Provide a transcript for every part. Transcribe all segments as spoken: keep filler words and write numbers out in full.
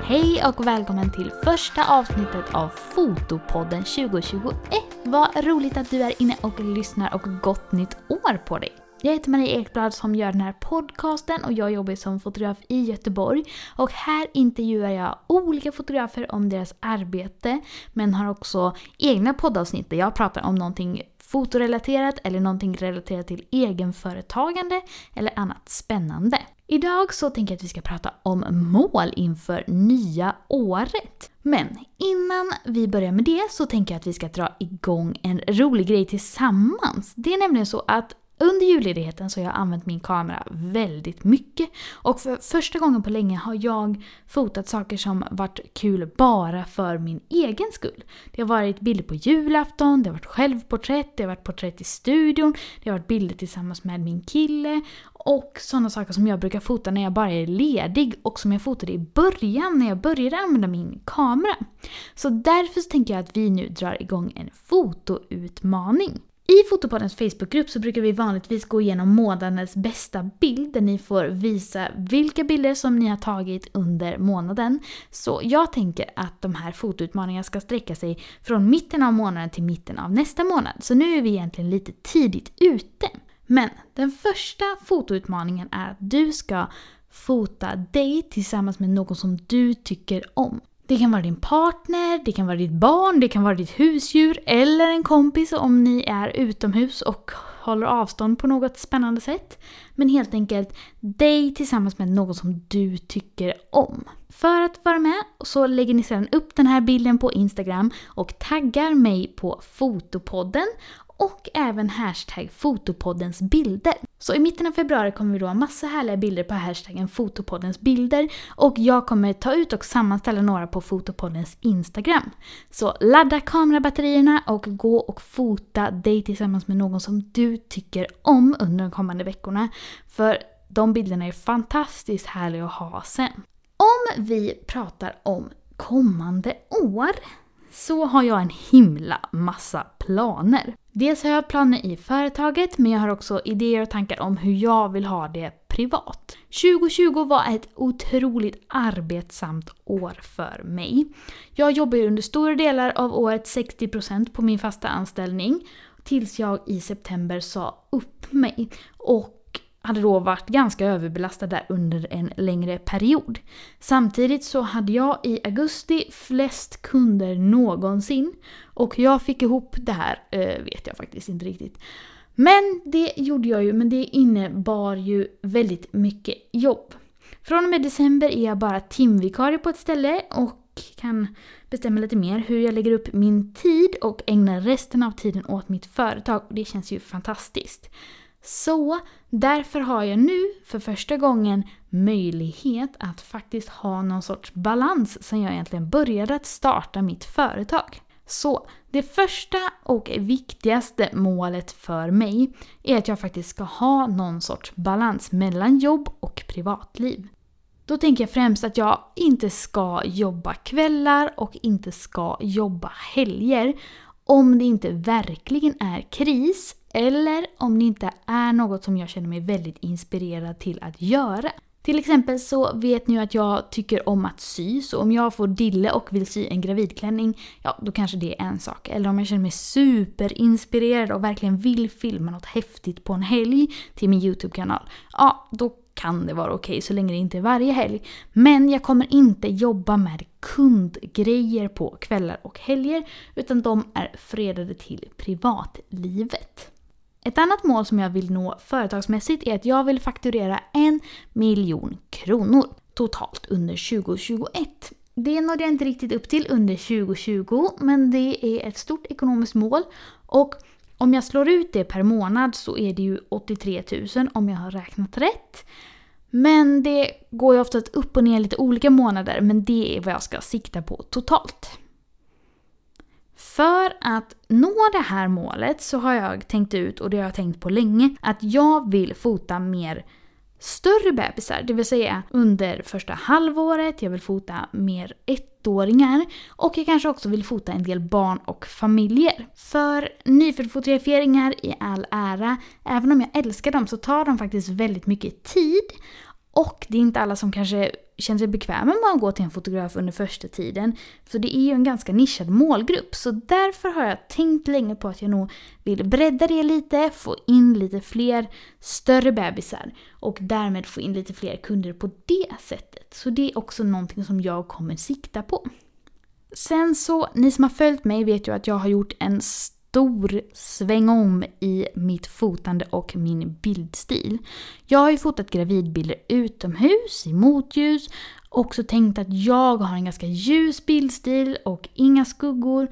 Hej och välkommen till första avsnittet av Fotopodden tjugohundratjugoett. Vad roligt att du är inne och lyssnar och gott nytt år på dig. Jag heter Marie Ekblad som gör den här podcasten och jag jobbar som fotograf i Göteborg. Och här intervjuar jag olika fotografer om deras arbete, men har också egna poddavsnitt där jag pratar om någonting fotorelaterat eller någonting relaterat till egenföretagande eller annat spännande. Idag så tänker jag att vi ska prata om mål inför nya året. Men innan vi börjar med det så tänker jag att vi ska dra igång en rolig grej tillsammans. Det är nämligen så att under julledigheten så har jag använt min kamera väldigt mycket. Och för första gången på länge har jag fotat saker som varit kul bara för min egen skull. Det har varit bilder på julafton, det har varit självporträtt, det har varit porträtt i studion, det har varit bilder tillsammans med min kille. Och sådana saker som jag brukar fota när jag bara är ledig och som jag fotade i början när jag började använda min kamera. Så därför så tänker jag att vi nu drar igång en fotoutmaning. I Fotopoddens Facebookgrupp så brukar vi vanligtvis gå igenom månadens bästa bild där ni får visa vilka bilder som ni har tagit under månaden. Så jag tänker att de här fotoutmaningarna ska sträcka sig från mitten av månaden till mitten av nästa månad. Så nu är vi egentligen lite tidigt ute. Men den första fotoutmaningen är att du ska fota dig tillsammans med någon som du tycker om. Det kan vara din partner, det kan vara ditt barn, det kan vara ditt husdjur eller en kompis om ni är utomhus och håller avstånd på något spännande sätt. Men helt enkelt dig tillsammans med någon som du tycker om. För att vara med så lägger ni sedan upp den här bilden på Instagram och taggar mig på Fotopodden. Och även hashtag Fotopoddens bilder. Så i mitten av februari kommer vi då ha massa härliga bilder på hashtaggen Fotopoddens bilder. Och jag kommer ta ut och sammanställa några på Fotopoddens Instagram. Så ladda kamerabatterierna och gå och fota dig tillsammans med någon som du tycker om under de kommande veckorna. För de bilderna är fantastiskt härliga att ha sen. Om vi pratar om kommande år så har jag en himla massa planer. Dels har jag planer i företaget, men jag har också idéer och tankar om hur jag vill ha det privat. tjugohundratjugo var ett otroligt arbetsamt år för mig. Jag jobbar under stora delar av året sextio procent på min fasta anställning tills jag i september sa upp mig och hade då varit ganska överbelastad där under en längre period. Samtidigt så hade jag i augusti flest kunder någonsin. Och jag fick ihop det här, äh, vet jag faktiskt inte riktigt. Men det gjorde jag ju, men det innebar ju väldigt mycket jobb. Från och med december är jag bara timvikarie på ett ställe och kan bestämma lite mer hur jag lägger upp min tid och ägnar resten av tiden åt mitt företag. Och det känns ju fantastiskt. Så därför har jag nu för första gången möjlighet att faktiskt ha någon sorts balans sen jag egentligen började att starta mitt företag. Så det första och viktigaste målet för mig är att jag faktiskt ska ha någon sorts balans mellan jobb och privatliv. Då tänker jag främst att jag inte ska jobba kvällar och inte ska jobba helger om det inte verkligen är kris. Eller om det inte är något som jag känner mig väldigt inspirerad till att göra. Till exempel så vet ni att jag tycker om att sy. Så om jag får dille och vill sy en gravidklänning, ja då kanske det är en sak. Eller om jag känner mig superinspirerad och verkligen vill filma något häftigt på en helg till min YouTube-kanal. Ja, då kan det vara okej så länge det inte är varje helg. Men jag kommer inte jobba med kundgrejer på kvällar och helger. Utan de är fredade till privatlivet. Ett annat mål som jag vill nå företagsmässigt är att jag vill fakturera en miljon kronor totalt under tjugohundratjugoett. Det nådde jag inte riktigt upp till under tjugotjugo, men det är ett stort ekonomiskt mål. Och om jag slår ut det per månad så är det ju åttiotre tusen om jag har räknat rätt. Men det går ju ofta upp och ner lite olika månader, men det är vad jag ska sikta på totalt. För att nå det här målet så har jag tänkt ut, och det har jag tänkt på länge, att jag vill fota mer större bebisar. Det vill säga under första halvåret, jag vill fota mer ettåringar och jag kanske också vill fota en del barn och familjer. För nyföddfotograferingar i all ära, även om jag älskar dem så tar de faktiskt väldigt mycket tid. Och det är inte alla som kanske känner sig bekväma med att gå till en fotograf under första tiden. Så det är ju en ganska nischad målgrupp. Så därför har jag tänkt länge på att jag nog vill bredda det lite. Få in lite fler större bebisar. Och därmed få in lite fler kunder på det sättet. Så det är också någonting som jag kommer sikta på. Sen så, ni som har följt mig vet ju att jag har gjort en stor sväng om i mitt fotande och min bildstil. Jag har ju fotat gravidbilder utomhus, i motljus. Också tänkt att jag har en ganska ljus bildstil och inga skuggor.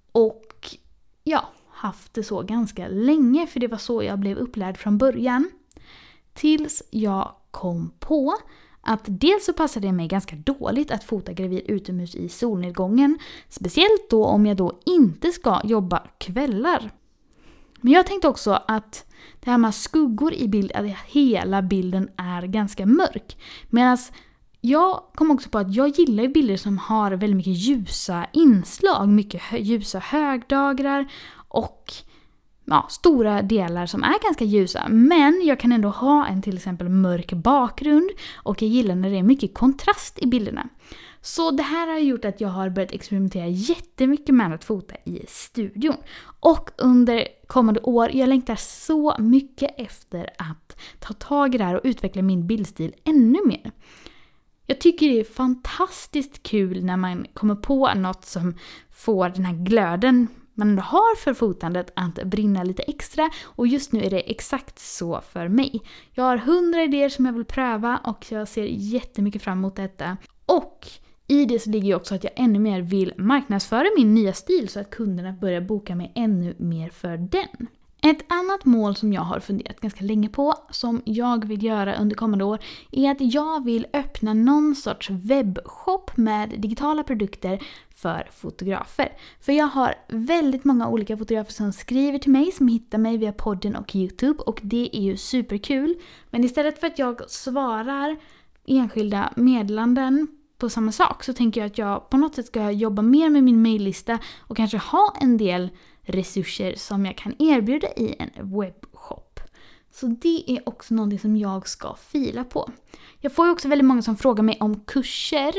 Och ja, haft det så ganska länge, för det var så jag blev upplärd från början. Tills jag kom på att dels så passade det mig ganska dåligt att fota gravid utomhus i solnedgången. Speciellt då om jag då inte ska jobba kvällar. Men jag tänkte också att det här med skuggor i bild, att hela bilden är ganska mörk. Medan jag kom också på att jag gillar bilder som har väldigt mycket ljusa inslag. Mycket hö- ljusa högdagrar och ja, stora delar som är ganska ljusa. Men jag kan ändå ha en till exempel mörk bakgrund. Och jag gillar när det är mycket kontrast i bilderna. Så det här har gjort att jag har börjat experimentera jättemycket med att fota i studion. Och under kommande år, jag längtar så mycket efter att ta tag i det här och utveckla min bildstil ännu mer. Jag tycker det är fantastiskt kul när man kommer på något som får den här glöden man ändå har för fotandet att brinna lite extra, och just nu är det exakt så för mig. Jag har hundra idéer som jag vill pröva och jag ser jättemycket fram emot detta. Och i det så ligger ju också att jag ännu mer vill marknadsföra min nya stil så att kunderna börjar boka mig ännu mer för den. Ett annat mål som jag har funderat ganska länge på, som jag vill göra under kommande år, är att jag vill öppna någon sorts webbshop med digitala produkter för fotografer. För jag har väldigt många olika fotografer som skriver till mig, som hittar mig via podden och YouTube, och det är ju superkul. Men istället för att jag svarar enskilda meddelanden på samma sak, så tänker jag att jag på något sätt ska jobba mer med min mejllista och kanske ha en del resurser som jag kan erbjuda i en webbshop. Så det är också någonting som jag ska fila på. Jag får ju också väldigt många som frågar mig om kurser.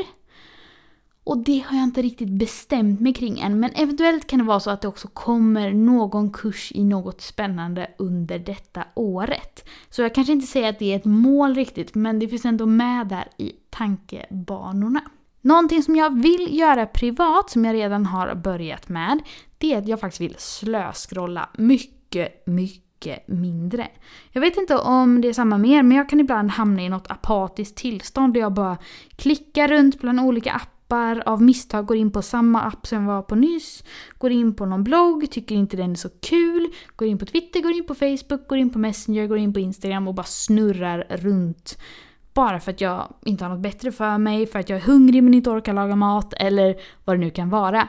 Och det har jag inte riktigt bestämt mig kring än. Men eventuellt kan det vara så att det också kommer någon kurs i något spännande under detta året. Så jag kanske inte säger att det är ett mål riktigt, men det finns ändå med där i tankebanorna. Någonting som jag vill göra privat, som jag redan har börjat med, det är att jag faktiskt vill slöskrolla mycket, mycket mindre. Jag vet inte om det är samma med er, men jag kan ibland hamna i något apatiskt tillstånd där jag bara klickar runt bland olika appar, av misstag går in på samma app som jag var på nyss, går in på någon blogg, tycker inte den är så kul, går in på Twitter, går in på Facebook, går in på Messenger, går in på Instagram och bara snurrar runt. Bara för att jag inte har något bättre för mig, för att jag är hungrig men inte orkar laga mat eller vad det nu kan vara.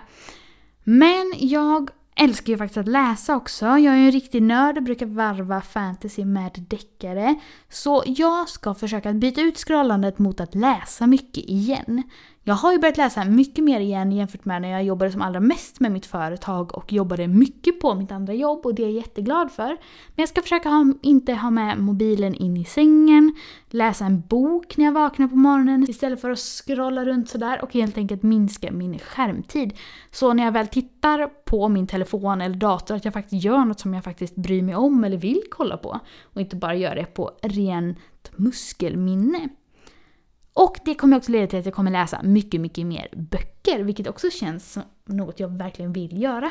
Men jag älskar ju faktiskt att läsa också. Jag är ju en riktig nörd och brukar varva fantasy med deckare. Så jag ska försöka byta ut scrollandet mot att läsa mycket igen. Jag har ju börjat läsa mycket mer igen jämfört med när jag jobbade som allra mest med mitt företag och jobbade mycket på mitt andra jobb, och det är jag jätteglad för. Men jag ska försöka ha, inte ha med mobilen in i sängen, läsa en bok när jag vaknar på morgonen istället för att scrolla runt sådär, och helt enkelt minska min skärmtid. Så när jag väl tittar på min telefon eller dator att jag faktiskt gör något som jag faktiskt bryr mig om eller vill kolla på, och inte bara gör det på rent muskelminne. Och det kommer också leda till att jag kommer läsa mycket, mycket mer böcker, vilket också känns som något jag verkligen vill göra.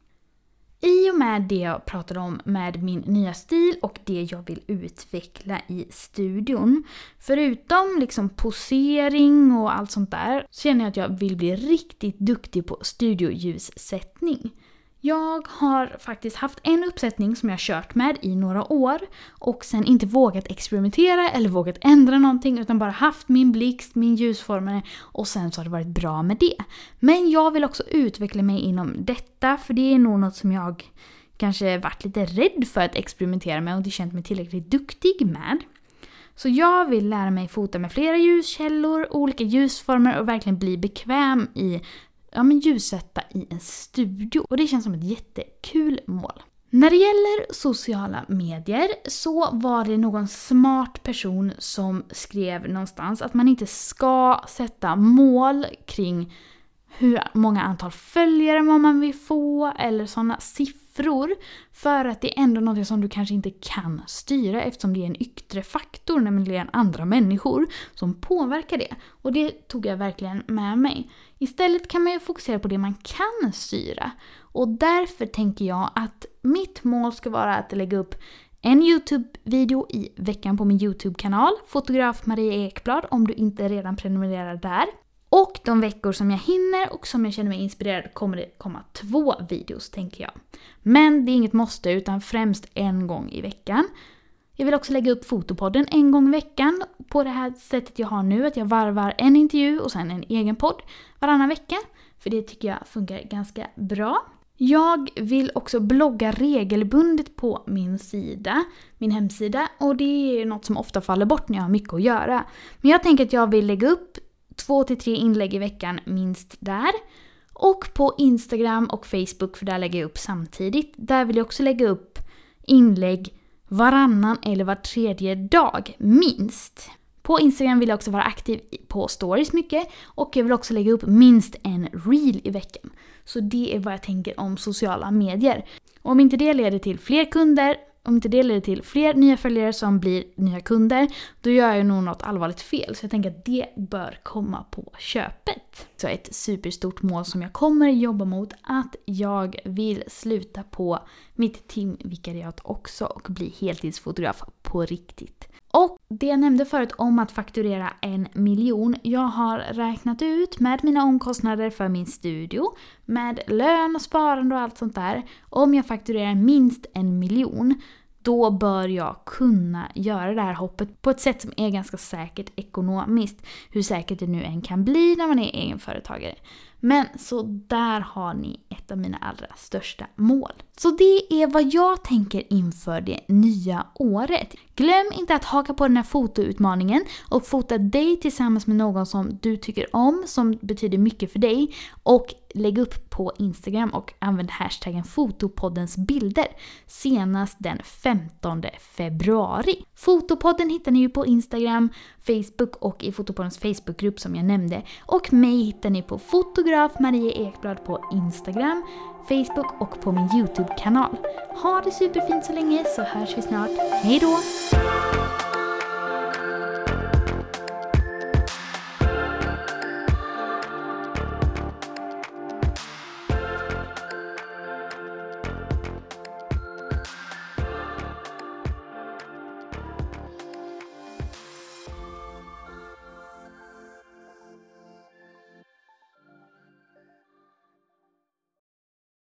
I och med det jag pratade om med min nya stil och det jag vill utveckla i studion, förutom liksom posering och allt sånt där, så känner jag att jag vill bli riktigt duktig på studioljussättning. Jag har faktiskt haft en uppsättning som jag kört med i några år och sen inte vågat experimentera eller vågat ändra någonting, utan bara haft min blixt, min ljusformare, och sen så har det varit bra med det. Men jag vill också utveckla mig inom detta, för det är nog något som jag kanske varit lite rädd för att experimentera med och inte känt mig tillräckligt duktig med. Så jag vill lära mig fota med flera ljuskällor, olika ljusformer och verkligen bli bekväm i ja, men ljussätta i en studio. Och det känns som ett jättekul mål. När det gäller sociala medier så var det någon smart person som skrev någonstans att man inte ska sätta mål kring hur många antal följare man vill få eller sådana siffror, för att det är ändå något som du kanske inte kan styra eftersom det är en yttre faktor, nämligen andra människor som påverkar det. Och det tog jag verkligen med mig. Istället kan man ju fokusera på det man kan styra. Och därför tänker jag att mitt mål ska vara att lägga upp en YouTube-video i veckan på min YouTube-kanal, Fotograf Maria Ekblad, om du inte redan prenumererar där. Och de veckor som jag hinner och som jag känner mig inspirerad kommer det komma två videos, tänker jag. Men det är inget måste, utan främst en gång i veckan. Jag vill också lägga upp Fotopodden en gång i veckan på det här sättet jag har nu, att jag varvar en intervju och sen en egen podd varannan vecka. För det tycker jag funkar ganska bra. Jag vill också blogga regelbundet på min sida, min hemsida, och det är något som ofta faller bort när jag har mycket att göra. Men jag tänker att jag vill lägga upp två till tre inlägg i veckan minst där. Och på Instagram och Facebook, för där lägger jag upp samtidigt. Där vill jag också lägga upp inlägg varannan eller var tredje dag minst. På Instagram vill jag också vara aktiv på stories mycket, och jag vill också lägga upp minst en reel i veckan. Så det är vad jag tänker om sociala medier. Och om inte det leder till fler kunder, om inte det leder till fler nya följare som blir nya kunder, då gör jag nog något allvarligt fel. Så jag tänker att det bör komma på köpet. Så ett superstort mål som jag kommer jobba mot, att jag vill sluta på mitt timvikariat också och bli heltidsfotograf på riktigt. Och det jag nämnde förut om att fakturera en miljon, jag har räknat ut med mina omkostnader för min studio, med lön och sparande och allt sånt där. Om jag fakturerar minst en miljon, då bör jag kunna göra det här hoppet på ett sätt som är ganska säkert ekonomiskt. Hur säkert det nu än kan bli när man är egenföretagare. Men så där har ni ett av mina allra största mål. Så det är vad jag tänker inför det nya året. Glöm inte att haka på den här fotoutmaningen och fota dig tillsammans med någon som du tycker om, som betyder mycket för dig, och lägg upp på Instagram och använd hashtaggen fotopoddens bilder senast den femtonde februari. Fotopodden hittar ni ju på Instagram, Facebook och i Fotopoddens Facebookgrupp som jag nämnde, och mig hittar ni på Fotograf Maria Ekblad på Instagram, Facebook och på min YouTube-kanal. Ha det superfint så länge, så hörs vi snart. Hej då!